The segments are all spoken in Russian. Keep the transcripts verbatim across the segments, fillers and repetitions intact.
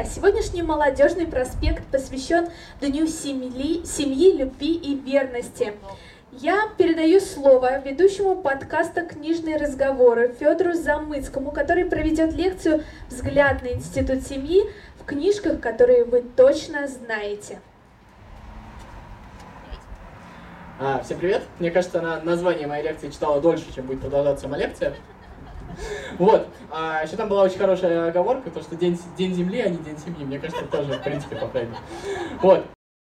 А сегодняшний молодежный проспект посвящен Дню семьи, семьи, любви и верности. Я передаю слово ведущему подкаста «Книжные разговоры» Федору Замыцкому, который проведет лекцию «Взгляд на институт семьи» в книжках, которые вы точно знаете. А, всем привет! Мне кажется, на название моей лекции читала дольше, чем будет продолжаться моя лекция. Вот. А еще там была очень хорошая оговорка, то что день, день Земли, а не День семьи. Мне кажется, тоже, в принципе, по правильно. Вот.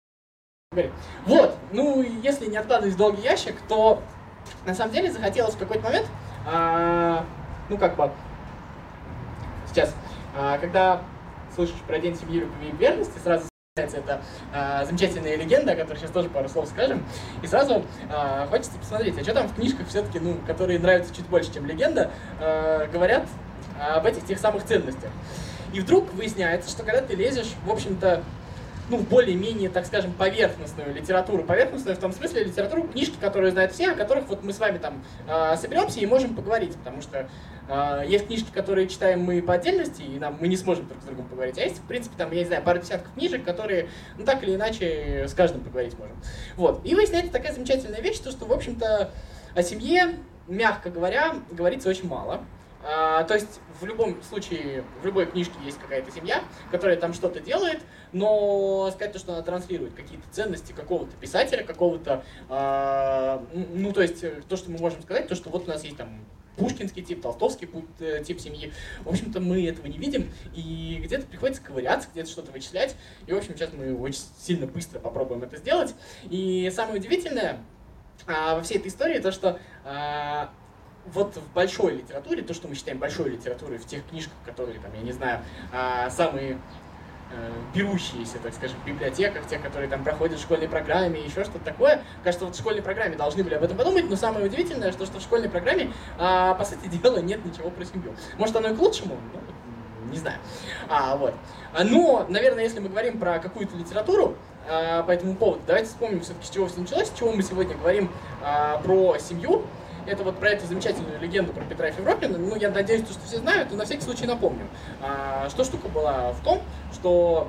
Вот. Ну, если не откладывать в долгий ящик, то на самом деле захотелось в какой-то момент, а, ну, как бы, сейчас, а, когда слышишь про День семьи, любви и верности, сразу это а, замечательная легенда, о которой сейчас тоже пару слов скажем, и сразу а, хочется посмотреть, а что там в книжках все-таки, ну, которые нравятся чуть больше, чем легенда, а, говорят об этих тех самых ценностях. И вдруг выясняется, что когда ты лезешь, в общем-то, ну, в более-менее, так скажем, поверхностную литературу, поверхностную в том смысле литературу, книжки, которые знают все, о которых вот мы с вами там э, соберемся и можем поговорить, потому что э, есть книжки, которые читаем мы по отдельности, и нам мы не сможем друг с другом поговорить, а есть, в принципе, там, я не знаю, пару десятков книжек, которые, ну, так или иначе, с каждым поговорить можем. Вот. И выясняется такая замечательная вещь, то, что, в общем-то, о семье, мягко говоря, говорится очень мало. А, то есть в любом случае, в любой книжке есть какая-то семья, которая там что-то делает, но сказать то, что она транслирует какие-то ценности какого-то писателя, какого-то, а, ну то есть то, что мы можем сказать, то, что вот у нас есть там пушкинский тип, толстовский тип семьи, в общем-то мы этого не видим, и где-то приходится ковыряться, где-то что-то вычислять, и в общем сейчас мы очень сильно быстро попробуем это сделать. И самое удивительное а, во всей этой истории то, что а, вот в большой литературе, то, что мы считаем большой литературой, в тех книжках, которые, там, я не знаю, самые берущиеся, так скажем, в библиотеках, те, которые там проходят в школьной программе, еще что-то такое. Кажется, вот в школьной программе должны были об этом подумать, но самое удивительное, что, что в школьной программе, по сути дела, нет ничего про семью. Может, оно и к лучшему, ну, не знаю. А, вот. Но, наверное, если мы говорим про какую-то литературу по этому поводу, давайте вспомним все-таки, с чего все началось, с чего мы сегодня говорим про семью. Это вот про эту замечательную легенду про Петра Феврокина. Ну, я надеюсь, что все знают, но на всякий случай напомню. А, что штука была в том, что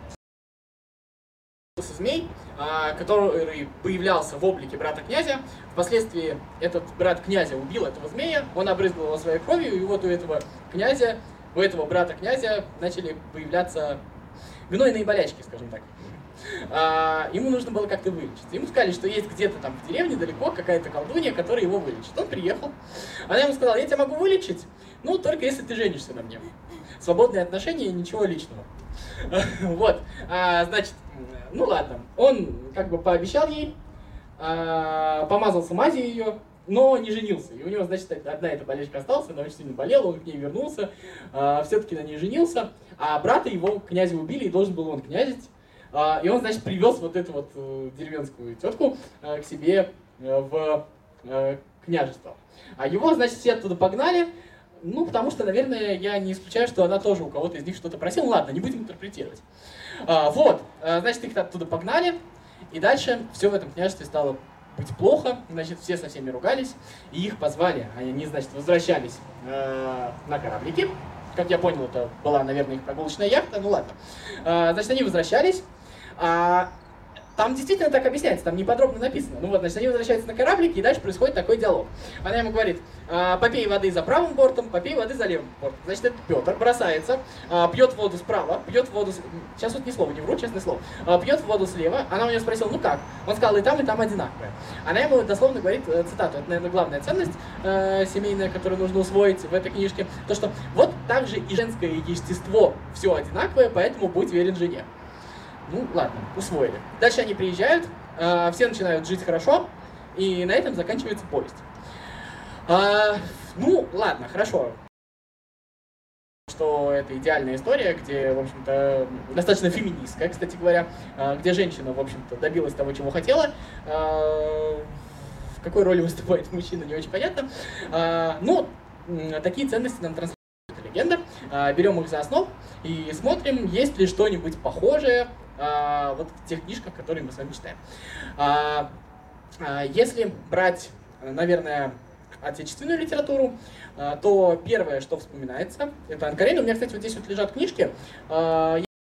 змей, а, который появлялся в облике брата князя. Впоследствии этот брат князя убил этого змея, он обрызгал его своей кровью, и вот у этого князя, у этого брата князя начали появляться гнойные болячки, скажем так. А, ему нужно было как-то вылечить. Ему сказали, что есть где-то там в деревне далеко какая-то колдунья, которая его вылечит. Он приехал. Она ему сказала: я тебя могу вылечить, ну, только если ты женишься на мне. Свободные отношения, ничего личного. Вот. А, значит, ну ладно. Он как бы пообещал ей, а, помазался мазью ее, но не женился. И у него, значит, одна эта болячка осталась, она очень сильно болела, он к ней вернулся, а, все-таки на ней женился, а брата его князя убили, и должен был он князить. И он, значит, привез вот эту вот деревенскую тетку к себе в княжество. А его, значит, все оттуда погнали, ну, потому что, наверное, я не исключаю, что она тоже у кого-то из них что-то просила. Ну, ладно, не будем интерпретировать. Вот, значит, их оттуда погнали, и дальше все в этом княжестве стало быть плохо, значит, все со всеми ругались, и их позвали, они, значит, возвращались на кораблике. Как я понял, это была, наверное, их прогулочная яхта, ну ладно. Значит, они возвращались. А, там действительно так объясняется, там неподробно написано. Ну вот, значит, они возвращаются на кораблик, и дальше происходит такой диалог. Она ему говорит: а, попей воды за правым бортом, попей воды за левым бортом. Значит, это Петр бросается, а, пьет воду справа, пьет воду... С... Сейчас вот ни слова не вру, честное слово. А, пьет воду слева. Она у нее спросила: ну как? Он сказал: и там, и там одинаковое. Она ему дословно говорит цитату. Это, наверное, главная ценность э, семейная, которую нужно усвоить в этой книжке. То, что вот так же и женское естество все одинаковое, поэтому будь верен жене. Ну, ладно, усвоили. Дальше они приезжают, э, все начинают жить хорошо, и на этом заканчивается повесть. А, ну, ладно, хорошо. Что это идеальная история, где, в общем-то, достаточно феминистская, кстати говоря, э, где женщина, в общем-то, добилась того, чего хотела. Э, в какой роли выступает мужчина, не очень понятно. Э, ну, такие ценности нам транслирует легенда. Э, берем их за основу и смотрим, есть ли что-нибудь похожее А, вот в тех книжках, которые мы с вами читаем. А, а, если брать, наверное, отечественную литературу, а, то первое, что вспоминается, это Анна Каренина. У меня, кстати, вот здесь вот лежат книжки. А,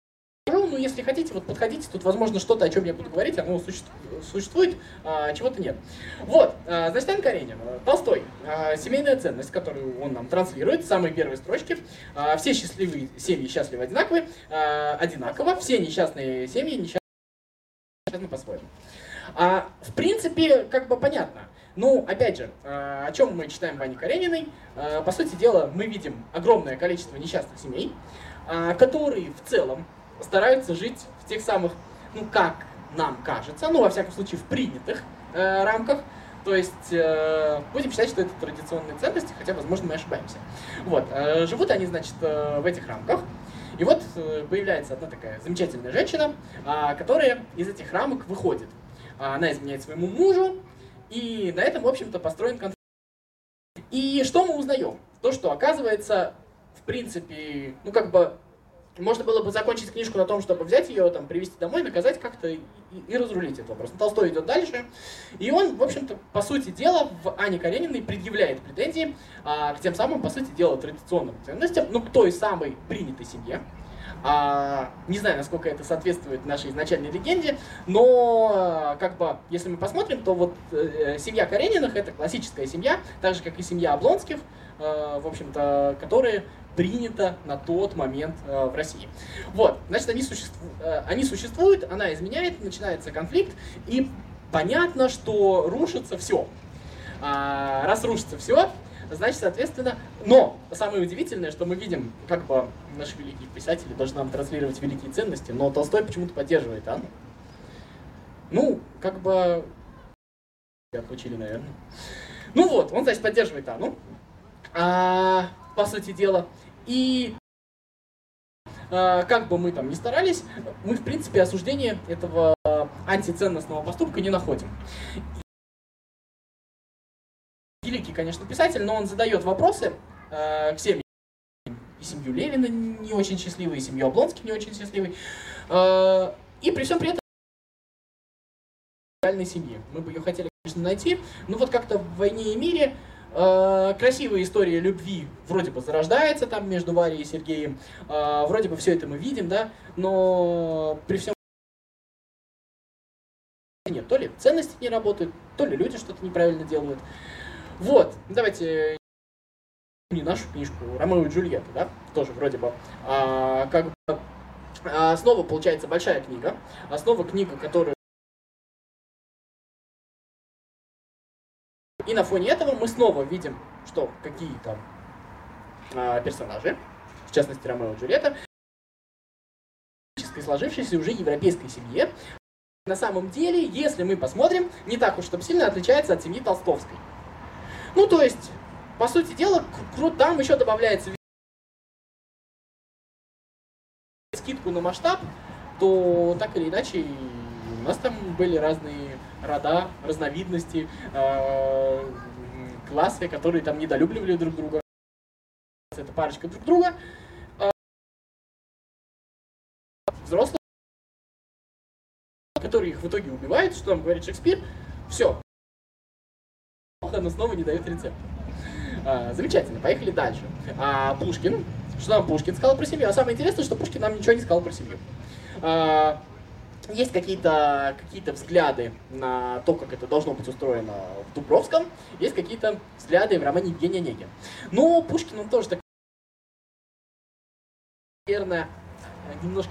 если хотите, вот подходите, тут, возможно, что-то, о чем я буду говорить, оно существует, а чего-то нет. Вот, значит, Анна Каренина, Толстой, семейная ценность, которую он нам транслирует, самые первые строчки. Все счастливые семьи счастливы одинаковы, одинаково, все несчастные семьи несчастны по-своему. А, в принципе, как бы понятно. Ну, опять же, о чем мы читаем в Анне Карениной? По сути дела, мы видим огромное количество несчастных семей, которые в целом стараются жить в тех самых, ну, как нам кажется, ну, во всяком случае, в принятых э, рамках. То есть, э, будем считать, что это традиционные ценности, хотя, возможно, мы ошибаемся. Вот, э, живут они, значит, э, в этих рамках. И вот э, появляется одна такая замечательная женщина, э, которая из этих рамок выходит. Она изменяет своему мужу, и на этом, в общем-то, построен конфликт. И что мы узнаем? То, что, оказывается, в принципе, ну, как бы, можно было бы закончить книжку на том, чтобы взять ее, там, привезти домой, наказать как-то и, и разрулить этот вопрос. Толстой идет дальше, и он, в общем-то, по сути дела, в Анне Карениной предъявляет претензии а, к тем самым, по сути дела, традиционным ценностям, ну, к той самой принятой семье. А, не знаю, насколько это соответствует нашей изначальной легенде, но, как бы, если мы посмотрим, то вот э, семья Карениных — это классическая семья, так же, как и семья Облонских, э, в общем-то, которые принято на тот момент э, в России. Вот, значит, они, существу, э, они существуют, она изменяет, начинается конфликт, и понятно, что рушится все. А, раз рушится все, значит, соответственно, но самое удивительное, что мы видим, как бы наши великие писатели должны нам транслировать великие ценности, но Толстой почему-то поддерживает Анну. Ну, как бы, отучили, наверное. Ну вот, он, значит, поддерживает Анну, а, по сути дела. И э, как бы мы там ни старались, мы, в принципе, осуждения этого э, антиценностного поступка не находим. Великий, конечно, писатель, но он задает вопросы э, к семье. И семью Левина не очень счастливой, и семью Облонских не очень счастливой. Э, и при всем при этом реальной семьи. Мы бы ее хотели, конечно, найти, но вот как-то в «Войне и мире» Uh, красивая история любви вроде бы зарождается там между Варей и Сергеем, uh, вроде бы все это мы видим, да, но при всем нет, то ли ценности не работают, то ли люди что-то неправильно делают. Вот, давайте не нашу книжку, Ромео и Джульетта, да, тоже вроде бы, uh, как бы, uh, снова получается большая книга, снова книга, которая и на фоне этого мы снова видим, что какие там э, персонажи, в частности Ромео и Джульетта, в сложившейся уже европейской семье, на самом деле, если мы посмотрим, не так уж чтобы сильно отличается от семьи Толстовской. Ну, то есть, по сути дела, там еще добавляется скидку на масштаб, то так или иначе у нас там были разные рода, разновидности, э, классы, которые там недолюбливали друг друга. Это парочка друг друга. Э, взрослые, которые их в итоге убивают, что нам говорит Шекспир. Все. Но снова не дает рецепт. Э, замечательно, поехали дальше. А Пушкин. Что нам Пушкин сказал про семью? А самое интересное, что Пушкин нам ничего не сказал про семью. Э, Есть какие-то какие-то взгляды на то, как это должно быть устроено в Дубровском, есть какие-то взгляды в романе Евгения Онегин. Но Пушкин, он тоже так, наверное, немножко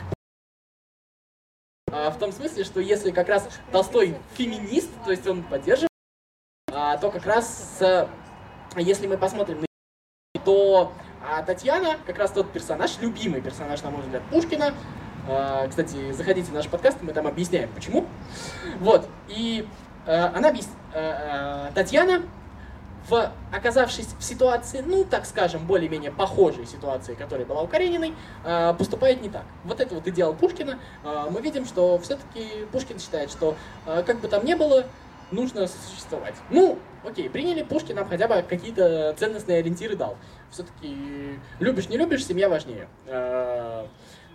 в том смысле, что если как раз Толстой феминист, то есть он поддерживает, то как раз, если мы посмотрим на то Татьяна, как раз тот персонаж, любимый персонаж, на мой взгляд, Пушкина. Кстати, заходите в наш подкаст, мы там объясняем, почему. Вот, и э, она объясняет, э, Татьяна, в, оказавшись в ситуации, ну, так скажем, более-менее похожей ситуации, которая была у Карениной, э, поступает не так. Вот это вот идеал Пушкина. Э, мы видим, что все-таки Пушкин считает, что э, как бы там ни было, нужно существовать. Ну, окей, приняли, Пушкин нам хотя бы какие-то ценностные ориентиры дал. Все-таки любишь, не любишь, семья важнее. Э,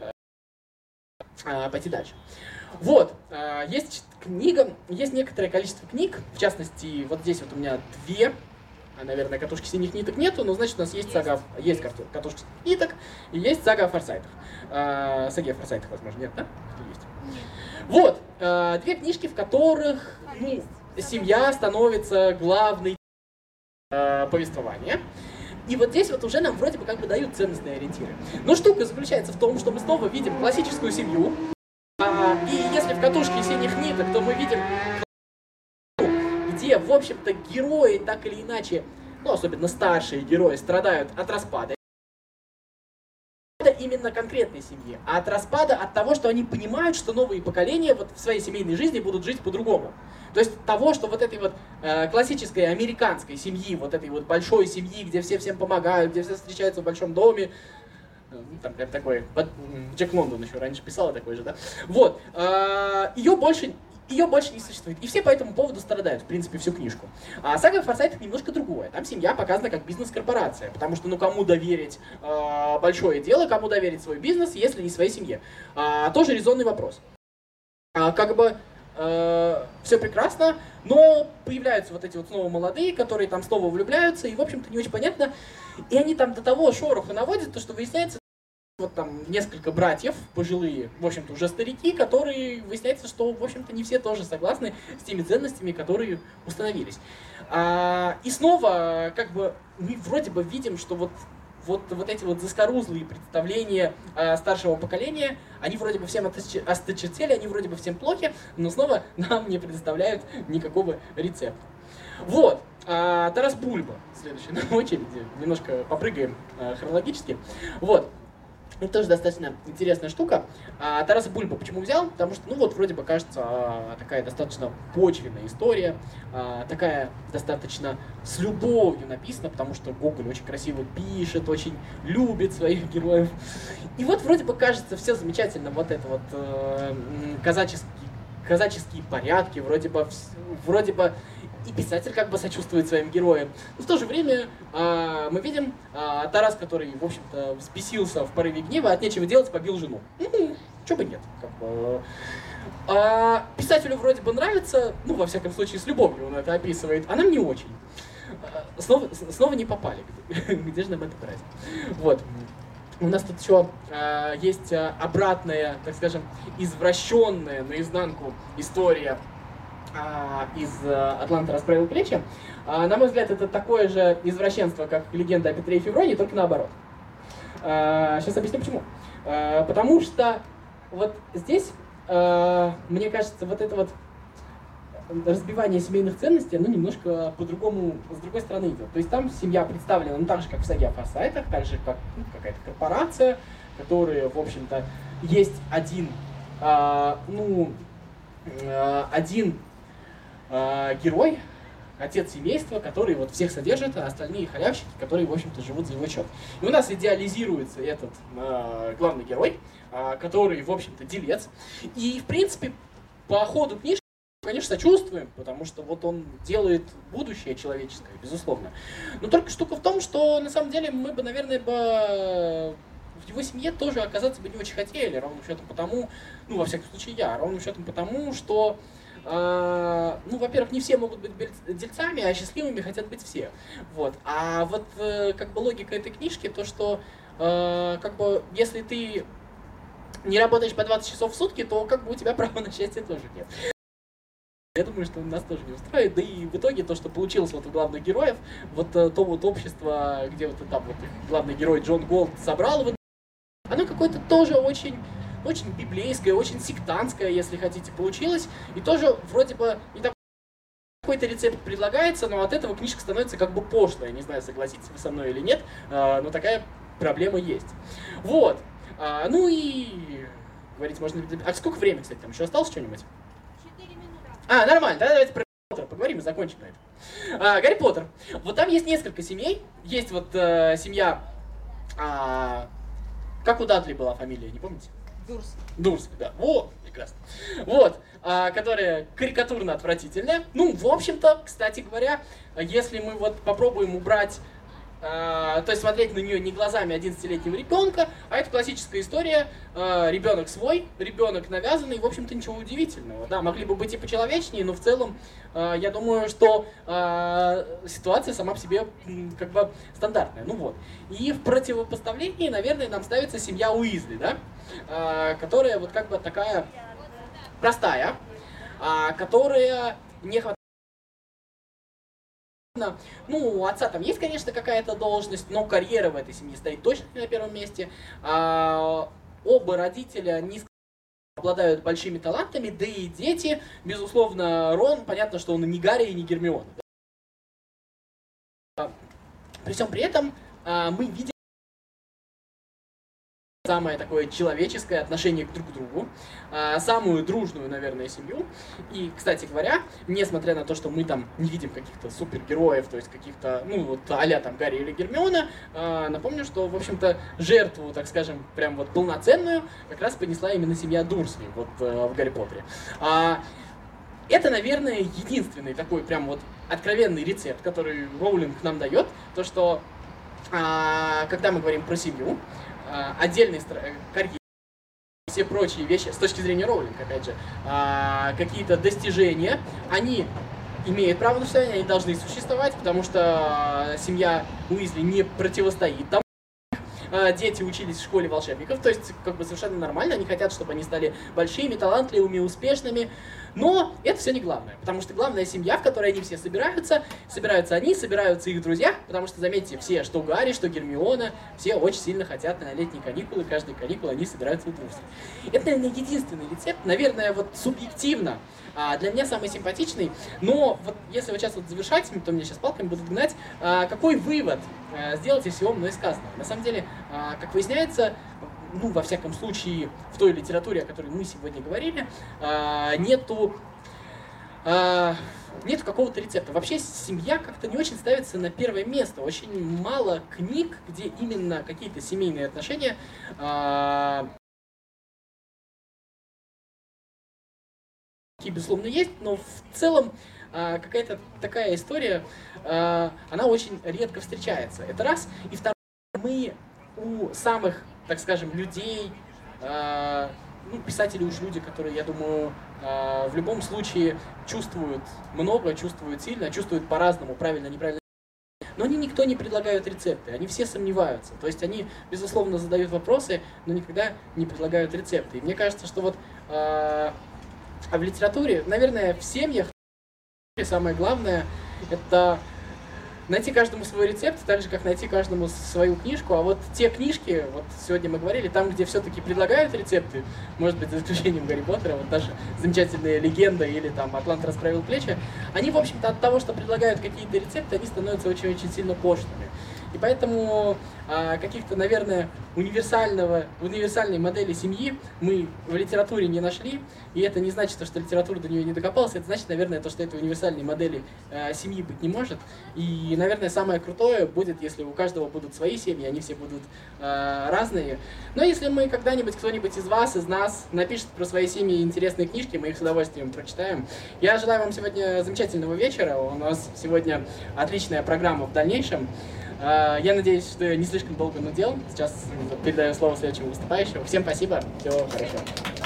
пойти дальше. Вот, есть книга, есть некоторое количество книг, в частности, вот здесь вот у меня две, А, наверное, катушки синих ниток нету, но значит у нас есть сага, есть катушки синих ниток и есть сага о форсайтах. А, саги о форсайтах, возможно, нет, да? Есть. Нет. Вот, а, две книжки, в которых ну, семья становится главной а, повествования. И вот здесь вот уже нам вроде бы как бы дают ценностные ориентиры. Но штука заключается в том, что мы снова видим классическую семью. А, и если в катушке синих ниток, то мы видим, где, в общем-то, герои так или иначе, ну, особенно старшие герои, страдают от распада. Это именно конкретной семьи, а от распада от того, что они понимают, что новые поколения вот в своей семейной жизни будут жить по-другому. То есть того, что вот этой вот э, классической американской семьи, вот этой вот большой семьи, где все всем помогают, где все встречаются в большом доме, э, там прям такой, вот, Джек Лондон еще раньше писал такой же, да, вот, э, ее больше... Ее больше не существует. И все по этому поводу страдают, в принципе, всю книжку. А сага о форсайтах немножко другое. Там семья показана как бизнес-корпорация. Потому что, ну, кому доверить э, большое дело, кому доверить свой бизнес, если не своей семье? А, тоже резонный вопрос. А, как бы э, все прекрасно, но появляются вот эти вот снова молодые, которые там снова влюбляются, и, в общем-то, не очень понятно. И они там до того шороха наводят, то, что выясняется, вот там несколько братьев, пожилые, в общем-то, уже старики, которые, выясняется, что, в общем-то, не все тоже согласны с теми ценностями, которые установились. А, и снова, как бы, мы вроде бы видим, что вот, вот, вот эти вот заскорузлые представления а, старшего поколения, они вроде бы всем осточертели, они вроде бы всем плохи, но снова нам не предоставляют никакого рецепта. Вот, а, Тарас Бульба, следующий на очереди, немножко попрыгаем а, хронологически. Вот. Это тоже достаточно интересная штука. А Тараса Бульба почему взял? Потому что, ну вот, вроде бы кажется, такая достаточно почвенная история, такая достаточно с любовью написана, потому что Гоголь очень красиво пишет, очень любит своих героев. И вот вроде бы кажется, все замечательно, вот это вот э, казаческие, казаческие порядки, вроде бы, вроде бы и писатель как бы сочувствует своим героям. Но в то же время э, мы видим э, Тарас, который, в общем-то, взбесился в порыве гнева, от нечего делать побил жену. Ну, чё бы нет. Как бы. А писателю вроде бы нравится, ну, во всяком случае, с любовью он это описывает, а нам не очень. Снова, снова не попали. Где же нам это брать? Вот. У нас тут еще э, есть обратная, так скажем, извращенная наизнанку история из «Атланта расправил плечи». На мой взгляд, это такое же извращенство, как легенда о Петре и Февронии, только наоборот. Сейчас объясню почему. Потому что вот здесь, мне кажется, вот это вот разбивание семейных ценностей, оно немножко по-другому, с другой стороны идет. То есть там семья представлена, ну, так же, как в саге о форсайтах, так же, как ну, какая-то корпорация, которая, в общем-то, есть один, ну, один герой, отец семейства, который вот всех содержит, а остальные халявщики, которые, в общем-то, живут за его счет. И у нас идеализируется этот э, главный герой, э, который, в общем-то, делец. И, в принципе, по ходу книжки, конечно, сочувствуем, потому что вот он делает будущее человеческое, безусловно. Но только штука в том, что, на самом деле, мы бы, наверное, бы в его семье тоже оказаться бы не очень хотели, ровным счетом потому, ну, во всяком случае, я, ровным счетом потому, что Uh, ну, во-первых, не все могут быть дельцами, а счастливыми хотят быть все. Вот. А вот uh, как бы логика этой книжки, то что uh, как бы если ты не работаешь по двадцать часов в сутки, то как бы у тебя права на счастье тоже нет. Я думаю, что нас тоже не устраивает. Да и в итоге то, что получилось вот у главных героев, вот uh, то вот общество, где вот там вот главный герой Джон Голд собрал, вот, оно какое-то тоже очень очень библейское, очень сектантское, если хотите, получилось. И тоже вроде бы не так какой-то рецепт предлагается, но от этого книжка становится как бы пошлая. Не знаю, согласитесь вы со мной или нет, но такая проблема есть. Вот. Ну и говорить можно... А сколько времени, кстати, там еще осталось что-нибудь? четыре минуты. А, нормально, тогда давайте про Гарри Поттера поговорим и закончим на этом. А, Гарри Поттер. Вот там есть несколько семей. Есть вот э, семья... А, как у Дадли была фамилия, не помните? Дурс. Дурс, да. Вот, прекрасно. Вот, а, которая карикатурно отвратительная. Ну, в общем-то, кстати говоря, если мы вот попробуем убрать э, то есть смотреть на нее не глазами одиннадцатилетнего ребенка, а это классическая история, э, ребенок свой, ребенок навязанный, в общем-то ничего удивительного. Да, могли бы быть и почеловечнее, но в целом э, я думаю, что э, ситуация сама по себе м, как бы стандартная. Ну вот. И в противопоставлении, наверное, нам ставится семья Уизли, да, э, которая вот как бы такая простая, э, которая не хватает. Ну, у отца там есть, конечно, какая-то должность, но карьера в этой семье стоит точно не на первом месте. А, оба родителя не обладают большими талантами, да и дети, безусловно, Рон, понятно, что он и не Гарри, и не Гермиона. При всем при этом а, мы видим самое такое человеческое отношение друг к другу, самую дружную, наверное, семью. И, кстати говоря, несмотря на то, что мы там не видим каких-то супергероев, то есть каких-то, ну, вот а-ля там Гарри или Гермиона, напомню, что, в общем-то, жертву, так скажем, прям вот полноценную как раз понесла именно семья Дурсли вот в Гарри Поттере. Это, наверное, единственный такой прям вот откровенный рецепт, который Роулинг нам дает, то, что когда мы говорим про семью, отдельной карьеры, все прочие вещи, с точки зрения Роулинг, опять же, какие-то достижения, они имеют право на существование, они должны существовать, потому что семья Уизли не противостоит тому. Дети учились в школе волшебников, то есть как бы совершенно нормально, они хотят, чтобы они стали большими, талантливыми, успешными, но это все не главное, потому что главная семья, в которой они все собираются, собираются они, собираются их друзья, потому что, заметьте, все, что Гарри, что Гермиона, все очень сильно хотят на летние каникулы, каждые каникулы они собираются в Дурсли. Это, наверное, единственный рецепт, наверное, вот субъективно, для меня самый симпатичный, но вот если вот сейчас вот завершать, то меня сейчас палками будут гнать, какой вывод сделать из всего мной сказанного? На самом деле, как выясняется, ну, во всяком случае, в той литературе, о которой мы сегодня говорили, нету, нету какого-то рецепта. Вообще семья как-то не очень ставится на первое место. Очень мало книг, где именно какие-то семейные отношения безусловно, есть, но в целом э, какая-то такая история, э, она очень редко встречается. Это раз. И второе, мы у самых, так скажем, людей, э, ну, писатели уж люди, которые, я думаю, э, в любом случае чувствуют много, чувствуют сильно, чувствуют по-разному, правильно, неправильно. Но они никто не предлагают рецепты, они все сомневаются. То есть они, безусловно, задают вопросы, но никогда не предлагают рецепты. И мне кажется, что вот... Э, А в литературе, наверное, в семьях самое главное – это найти каждому свой рецепт, так же, как найти каждому свою книжку. А вот те книжки, вот сегодня мы говорили, там, где все-таки предлагают рецепты, может быть, за исключением Гарри Поттера, вот даже замечательная легенда или там Атлант расправил плечи, они, в общем-то, от того, что предлагают какие-то рецепты, они становятся очень-очень сильно пошлыми. И поэтому а, каких-то, наверное, универсального, универсальной модели семьи мы в литературе не нашли. И это не значит, что литература до нее не докопалась. Это значит, наверное, то, что этой универсальной модели а, семьи быть не может. И, наверное, самое крутое будет, если у каждого будут свои семьи, они все будут а, разные. Но если мы когда-нибудь, кто-нибудь из вас, из нас напишет про свои семьи интересные книжки, мы их с удовольствием прочитаем. Я желаю вам сегодня замечательного вечера. У нас сегодня отличная программа в дальнейшем. Я надеюсь, что я не слишком долго нудел. Сейчас передаю слово следующему выступающему. Всем спасибо, всего хорошего.